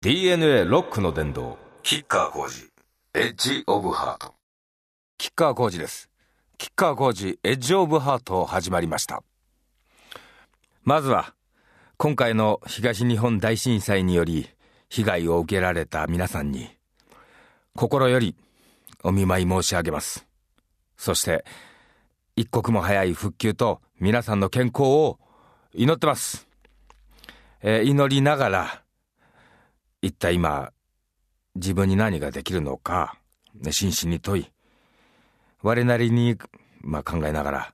DNA ロックの殿堂、吉川晃司、エッジオブハート。吉川晃司です。吉川晃司、エッジオブハート始まりました。まずは今回の東日本大震災により被害を受けられた皆さんに心よりお見舞い申し上げます。そして一刻も早い復旧と皆さんの健康を祈ってます。祈りながら一体今自分に何ができるのか真摯に問い、我なりに考えながら、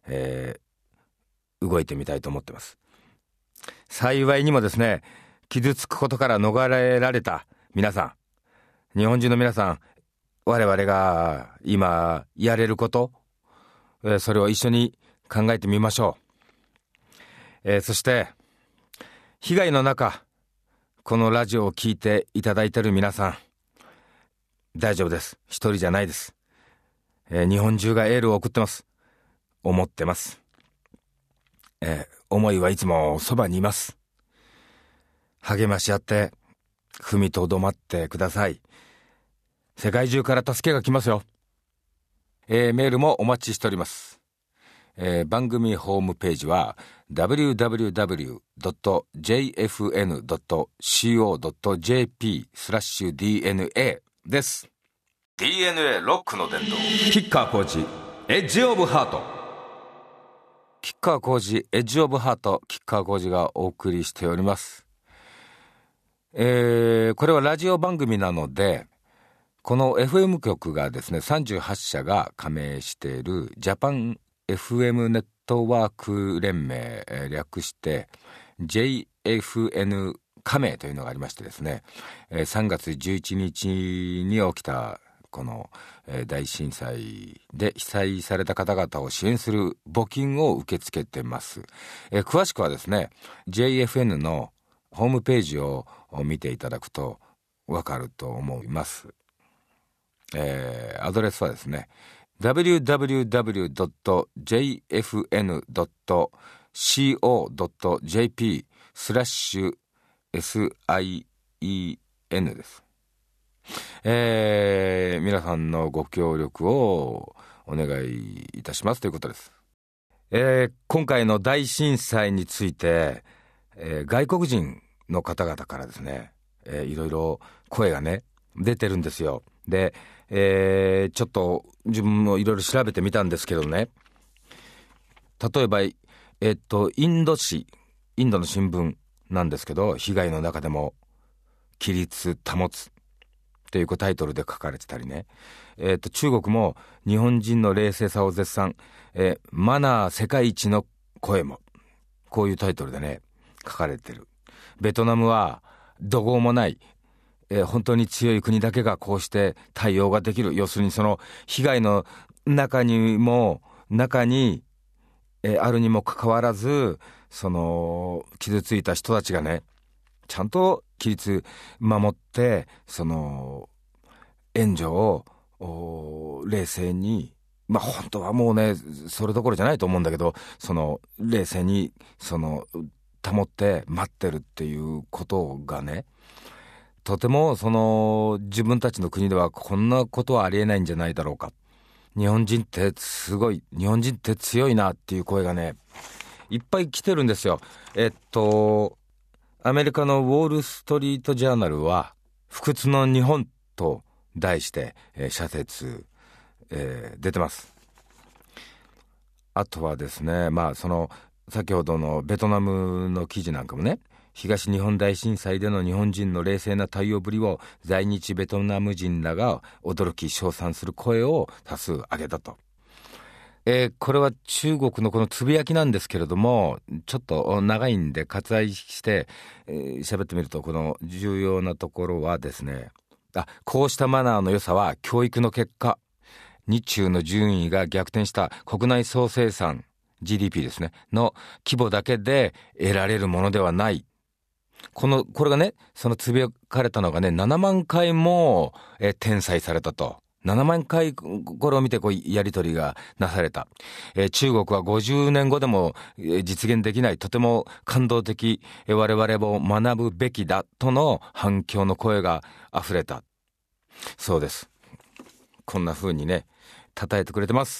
動いてみたいと思ってます。幸いにもですね、傷つくことから逃れられた皆さん、日本人の皆さん、我々が今やれること、それを一緒に考えてみましょう。そして被害の中、このラジオを聞いていただいている皆さん、大丈夫です。一人じゃないです。日本中がエールを送ってます。思ってます。思いはいつもそばにいます。励まし合って踏みとどまってください。世界中から助けが来ますよ。メールもお待ちしております。番組ホームページは www.jfn.co.jp/DNA です。 DNA ロックの殿堂、吉川晃司、エッジオブハート。吉川晃司、エッジオブハート、吉川晃司がお送りしております。これはラジオ番組なので、この FM 局がですね、38社が加盟しているジャパン FM ネットワーク連盟、略して JFN 加盟というのがありましてですね、3月11日に起きたこの大震災で被災された方々を支援する募金を受け付けてます。詳しくはですね、 JFN のホームページを見ていただくとわかると思います。アドレスはですね www.jfn.co.jp/SIEN です。皆さんのご協力をお願いいたしますということです。今回の大震災について、外国人の方々からですね、いろいろ声がね出てるんですよ。で、ちょっと自分もいろいろ調べてみたんですけどね、例えばインドの新聞なんですけど、被害の中でも規律保つというタイトルで書かれてたりね、中国も日本人の冷静さを絶賛、マナー世界一の声も、こういうタイトルでね書かれてる。ベトナムは怒号もない、本当に強い国だけがこうして対応ができる。要するにその被害の中にあるにもかかわらず、その傷ついた人たちがねちゃんと規律守って、その援助を冷静に、本当はもうねそれどころじゃないと思うんだけど、その冷静にその保って待ってるっていうことがね、とてもその自分たちの国ではこんなことはありえないんじゃないだろうか。日本人ってすごい、日本人って強いなっていう声がねいっぱい来てるんですよ。アメリカのウォールストリートジャーナルは不屈の日本と題して、社説、出てます。あとはですね、その先ほどのベトナムの記事なんかもね、東日本大震災での日本人の冷静な対応ぶりを在日ベトナム人らが驚き称賛する声を多数上げたと。これは中国のこのつぶやきなんですけれども、ちょっと長いんで割愛して喋ってみると、この重要なところはですね、こうしたマナーの良さは教育の結果、日中の順位が逆転した国内総生産 GDP ですねの規模だけで得られるものではない。これがね、そのつぶやかれたのがね7万回も転載されたと。 7万回これを見てやり取りがなされた。中国は50年後でも実現できないとても感動的、我々も学ぶべきだとの反響の声が溢れた。そうです。こんな風にね、称えてくれてます。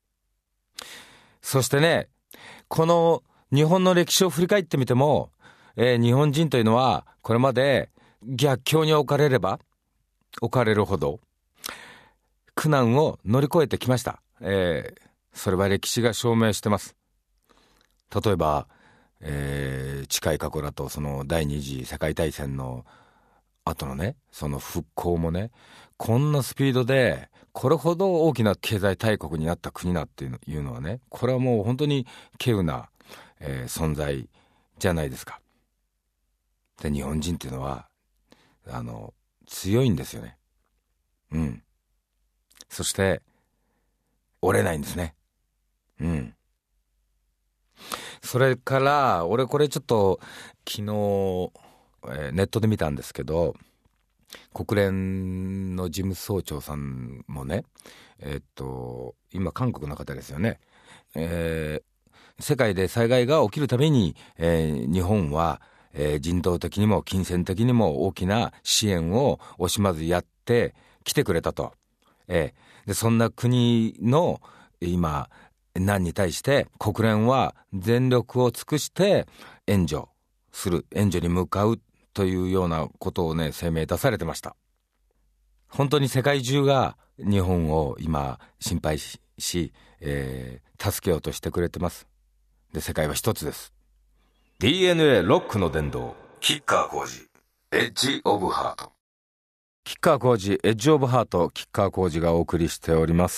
そしてね、この日本の歴史を振り返ってみても、日本人というのはこれまで逆境に置かれれば置かれるほど苦難を乗り越えてきました。それは歴史が証明してます。例えば、近い過去だとその第二次世界大戦の後のね、その復興もね、こんなスピードでこれほど大きな経済大国になった国だっていうのはね、これはもう本当に稀有な、存在じゃないですか。で、日本人っていうのは強いんですよね。うん。そして折れないんですね。うん。それから俺これちょっと昨日、ネットで見たんですけど、国連の事務総長さんもね、今韓国の方ですよね、世界で災害が起きるたびに、日本は、人道的にも金銭的にも大きな支援を惜しまずやってきてくれたと。でそんな国の今難に対して国連は全力を尽くして援助に向かうというようなことをね、声明出されてました。本当に世界中が日本を今心配し、助けようとしてくれてます。で、世界は一つです。 DNA ロックの殿堂、吉川晃司、エッジオブハート。吉川晃司、エッジオブハート、吉川晃司がお送りしております。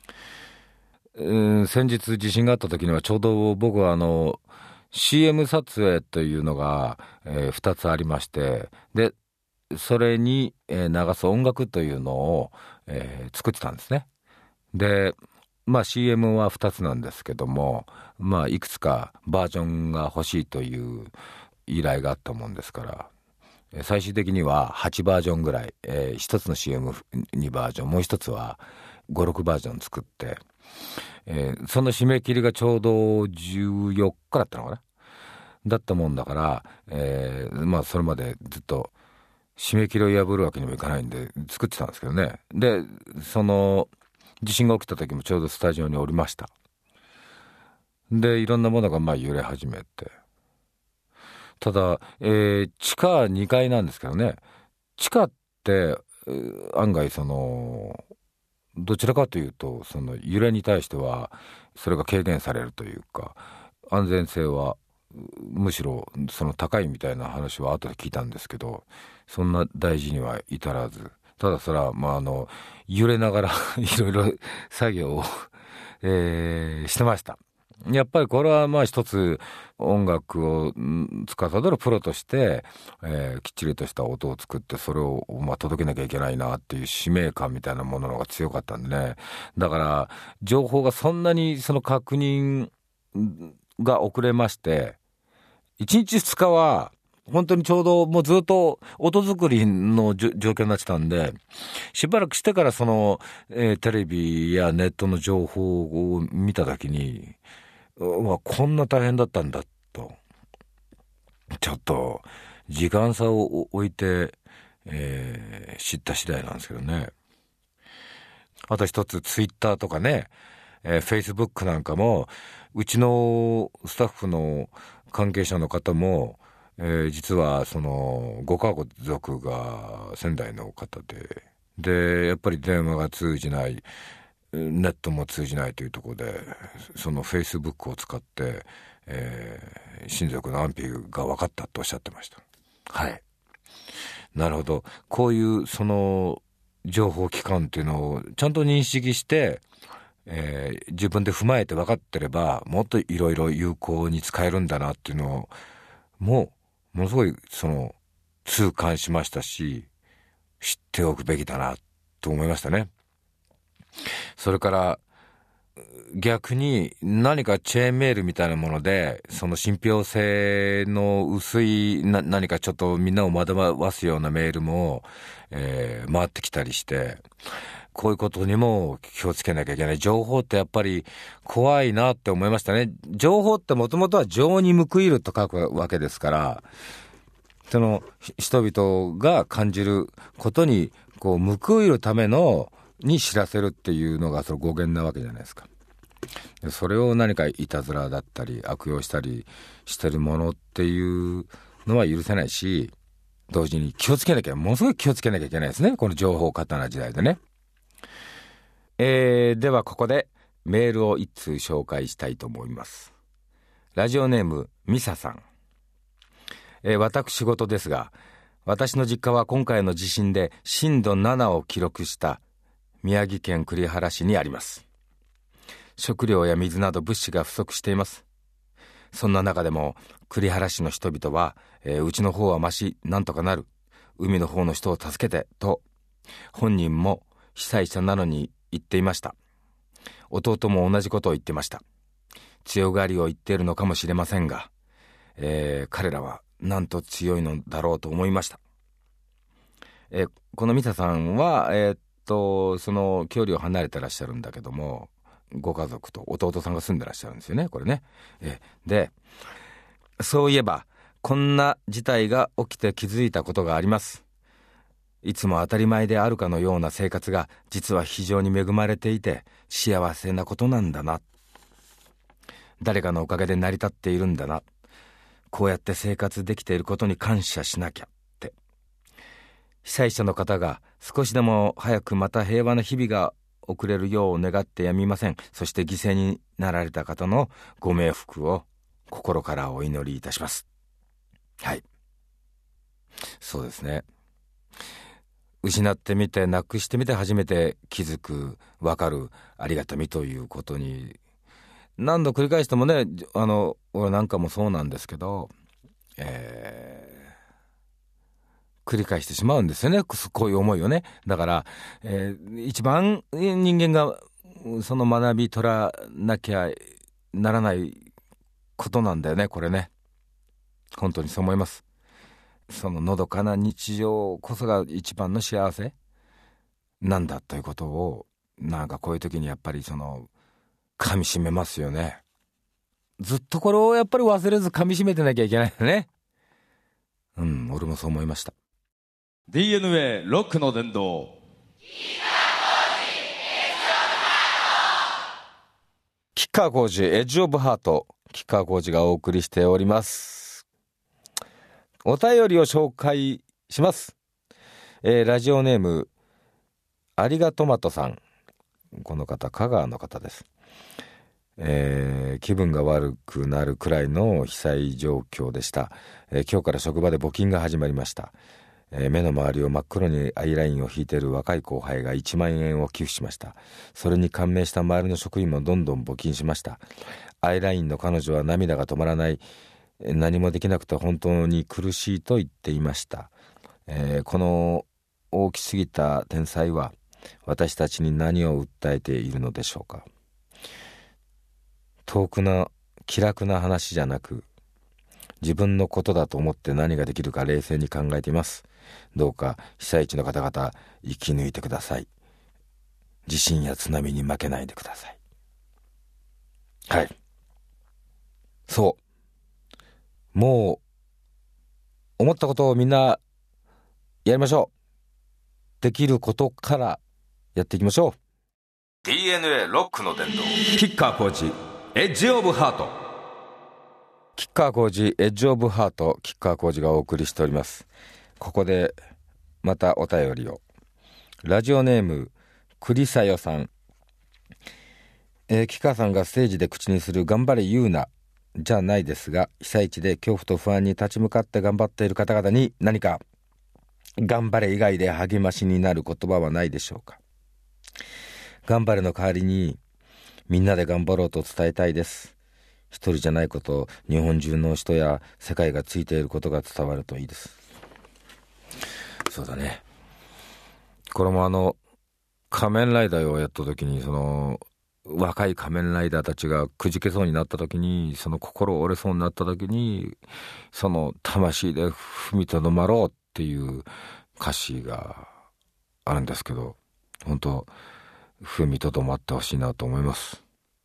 先日地震があった時にはちょうど僕はCM 撮影というのが、2つありまして、でそれに、流す音楽というのを、作ってたんですね。でCM は2つなんですけども、いくつかバージョンが欲しいという依頼があったもんですから、最終的には8バージョンぐらい、1つの CM2 バージョン、もう1つは5、6バージョン作って、その締め切りがちょうど14日だったのかな、だったもんだから、それまでずっと締め切りを破るわけにもいかないんで作ってたんですけどね。でその地震が起きた時もちょうどスタジオにおりました。でいろんなものが揺れ始めて、ただ、地下2階なんですけどね、地下って案外どちらかというとその揺れに対してはそれが軽減されるというか、安全性はむしろその高いみたいな話は後で聞いたんですけど、そんな大事には至らず、ただそれは揺れながらいろいろ作業を、してました。やっぱりこれは一つ音楽を司るプロとして、きっちりとした音を作ってそれを届けなきゃいけないなっていう使命感みたいなものが強かったんでね。だから情報がそんなにその確認が遅れまして、1日2日は本当にちょうどもうずっと音作りの状況になってたんで、しばらくしてからテレビやネットの情報を見たときに、こんな大変だったんだと、ちょっと時間差を置いて、知った次第なんですけどね。あと一つツイッターとかね、フェイスブックなんかも、うちのスタッフの関係者の方も、実はご家族が仙台の方でやっぱり電話が通じない、ネットも通じないというところで、そのフェイスブックを使って、親族の安否が分かったとおっしゃってました。はい。なるほど。こういう情報機関っていうのをちゃんと認識して、自分で踏まえて分かってれば、もっといろいろ有効に使えるんだなっていうのをものすごい痛感しましたし、知っておくべきだなと思いましたね。それから逆に何かチェーンメールみたいなもので、その信憑性の薄い何かちょっとみんなを惑わすようなメールも、回ってきたりして、 こういうことにも気をつけなきゃいけない。情報ってやっぱり怖いなって思いましたね。情報ってもともとは情に報いると書くわけですから、その人々が感じることにこう報いるためのに知らせるっていうのがその語源なわけじゃないですか。それを何かいたずらだったり悪用したりしてるものっていうのは許せないし、同時に気をつけなきゃ、ものすごい気をつけなきゃいけないですね、この情報過多な時代でね。ではここでメールを一通紹介したいと思います。ラジオネームミサさん。私事ですが、私の実家は今回の地震で震度7を記録した宮城県栗原市にあります。食料や水など物資が不足しています。そんな中でも栗原市の人々は、うちの方はマシ、なんとかなる、海の方の人を助けてと本人も被災者なのに言っていました。弟も同じことを言ってました。強がりを言っているのかもしれませんが、彼らはなんと強いのだろうと思いました。このミサさんは、その距離を離れてらっしゃるんだけども、ご家族と弟さんが住んでらっしゃるんですよね、これね。で、そういえばこんな事態が起きて気づいたことがあります。いつも当たり前であるかのような生活が実は非常に恵まれていて幸せなことなんだな。誰かのおかげで成り立っているんだな。こうやって生活できていることに感謝しなきゃって。被災者の方が少しでも早くまた平和な日々が送れるよう願ってやみません。そして犠牲になられた方のご冥福を心からお祈りいたします。はい、そうですね。失ってみて、なくしてみて初めて気づく、わかるありがたみということに何度繰り返してもね、俺なんかもそうなんですけど、繰り返してしまうんですよね、こういう思いをね。だから、一番人間がその学び取らなきゃならないことなんだよね、これね。本当にそう思います。そののどかな日常こそが一番の幸せなんだということを、なんかこういう時にやっぱり噛み締めますよね。ずっとこれをやっぱり忘れず噛み締めてなきゃいけないよね。俺もそう思いました。 DNA ロックの殿堂、 吉川晃司エッジオブハート、吉川晃司がお送りしております。お便りを紹介します。ラジオネームありがとまとさん。この方香川の方です。気分が悪くなるくらいの被災状況でした。今日から職場で募金が始まりました。目の周りを真っ黒にアイラインを引いている若い後輩が1万円を寄付しました。それに感銘した周りの職員もどんどん募金しました。アイラインの彼女は涙が止まらない、何もできなくて本当に苦しいと言っていました。この大きすぎた天才は私たちに何を訴えているのでしょうか。遠くな気楽な話じゃなく、自分のことだと思って何ができるか冷静に考えています。どうか被災地の方々生き抜いてください。地震や津波に負けないでください。はい、そう、もう思ったことをみんなやりましょう。できることからやっていきましょう。 DNA ロックの伝道、吉川晃司エッジオブハート。吉川晃司エッジオブハート、吉川晃司がお送りしております。ここでまたお便りを。ラジオネーム栗さよさん。吉川さんがステージで口にする頑張れ言うなじゃないですが、被災地で恐怖と不安に立ち向かって頑張っている方々に何か頑張れ以外で励ましになる言葉はないでしょうか。頑張れの代わりにみんなで頑張ろうと伝えたいです。一人じゃないこと、日本中の人や世界がついていることが伝わるといいです。そうだね。これも仮面ライダーをやった時に、若い仮面ライダーたちがくじけそうになった時に、心折れそうになった時に、魂で踏みとどまろうっていう歌詞があるんですけど、 本当踏みとどまってほしいなと思います。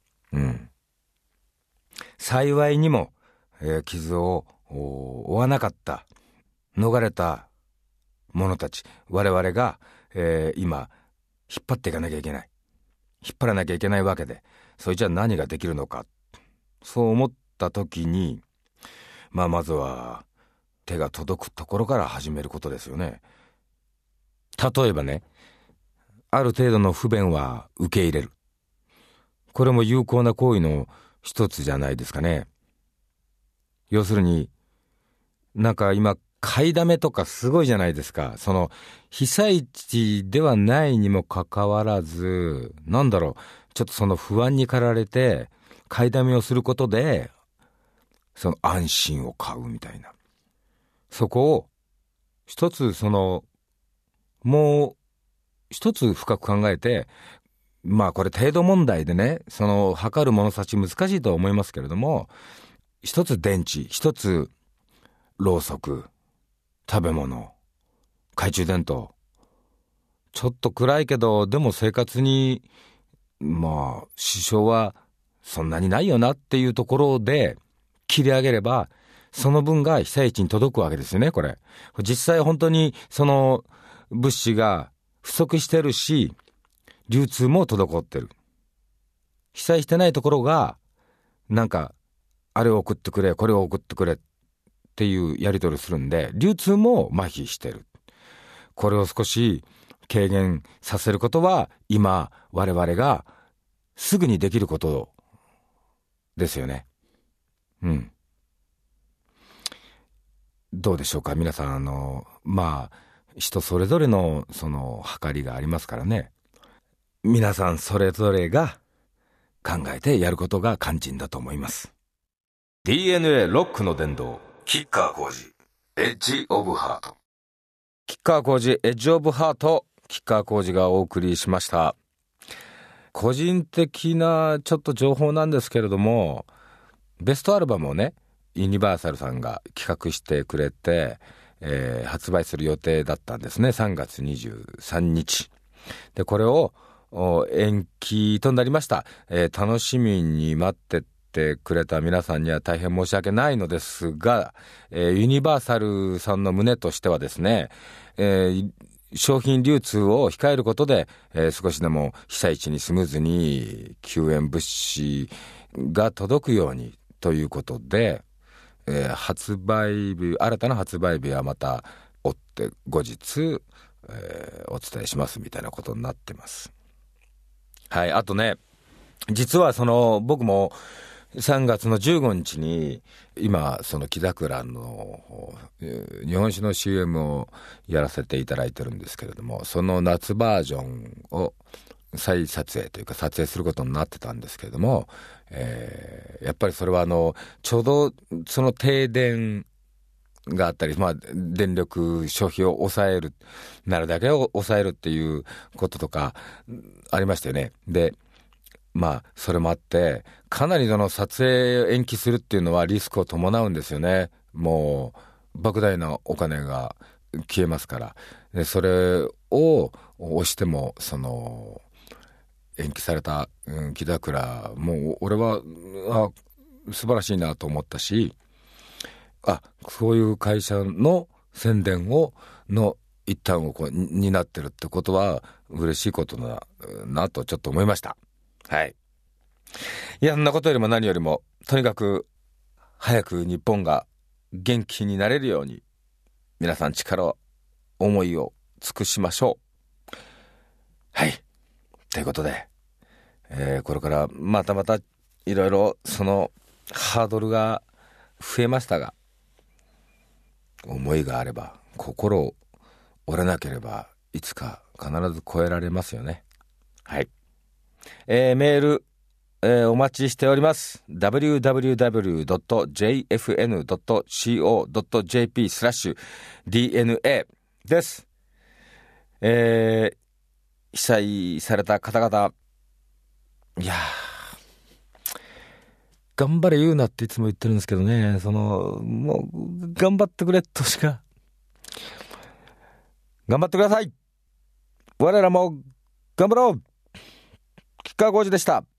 幸いにも、傷を負わなかった、逃れた者たち、我々が、今引っ張っていかなきゃいけない、引っ張らなきゃいけないわけで、それじゃ何ができるのか、そう思った時に、まずは手が届くところから始めることですよね。例えばね、ある程度の不便は受け入れる。これも有効な行為の一つじゃないですかね。要するに、なんか今買いだめとかすごいじゃないですか。その被災地ではないにもかかわらず、ちょっとその不安に駆られて買いだめをすることで、その安心を買うみたいな。そこを一つもう一つ深く考えて、これ程度問題でね、測る物差し難しいとは思いますけれども、一つ電池、一つろうそく、食べ物、懐中電灯、ちょっと暗いけどでも生活に支障はそんなにないよなっていうところで切り上げれば、その分が被災地に届くわけですよね。これ実際本当にその物資が不足してるし、流通も滞ってる。被災してないところがあれを送ってくれ、これを送ってくれっていうやり取りするんで、流通も麻痺してる。これを少し軽減させることは今我々がすぐにできることですよね。どうでしょうか皆さん。人それぞれの計りがありますからね。皆さんそれぞれが考えてやることが肝心だと思います。 DNA ロックの殿堂、吉川晃司エッジオブハート。吉川晃司エッジオブハート、吉川晃司がお送りしました。個人的なちょっと情報なんですけれども、ベストアルバムをね、ユニバーサルさんが企画してくれて、発売する予定だったんですね。3月23日で、これを延期となりました。楽しみに待っててくれた皆さんには大変申し訳ないのですが、ユニバーサルさんの旨としてはですね、商品流通を控えることで、少しでも被災地にスムーズに救援物資が届くようにということで、新たな発売日はまた追って後日、お伝えしますみたいなことになってます。はい。あとね、実は僕も3月の15日に今木桜の日本酒の CM をやらせていただいてるんですけれども、その夏バージョンを再撮影というか撮影することになってたんですけれども、やっぱりそれはちょうどその停電があったり、電力消費を抑える、なるだけを抑えるっていうこととかありましたよね。でそれもあってかなり撮影延期するっていうのはリスクを伴うんですよね。もう莫大なお金が消えますから。でそれを押しても延期された、木桜もう俺は素晴らしいなと思ったし、そういう会社の宣伝の一端を担ってるってことは嬉しいことだなとちょっと思いました。はい。いや、そんなことよりも何よりも、とにかく早く日本が元気になれるように皆さん思いを尽くしましょう。はい。ということで、これからまたいろいろハードルが増えましたが、思いがあれば、心を折れなければいつか必ず超えられますよね。はい。メール、お待ちしております。www.jfn.co.jp/DNA です。被災された方々、いや頑張れ言うなっていつも言ってるんですけどね、もう頑張ってくれとしか。頑張ってください。我らも頑張ろう。吉川晃司でした。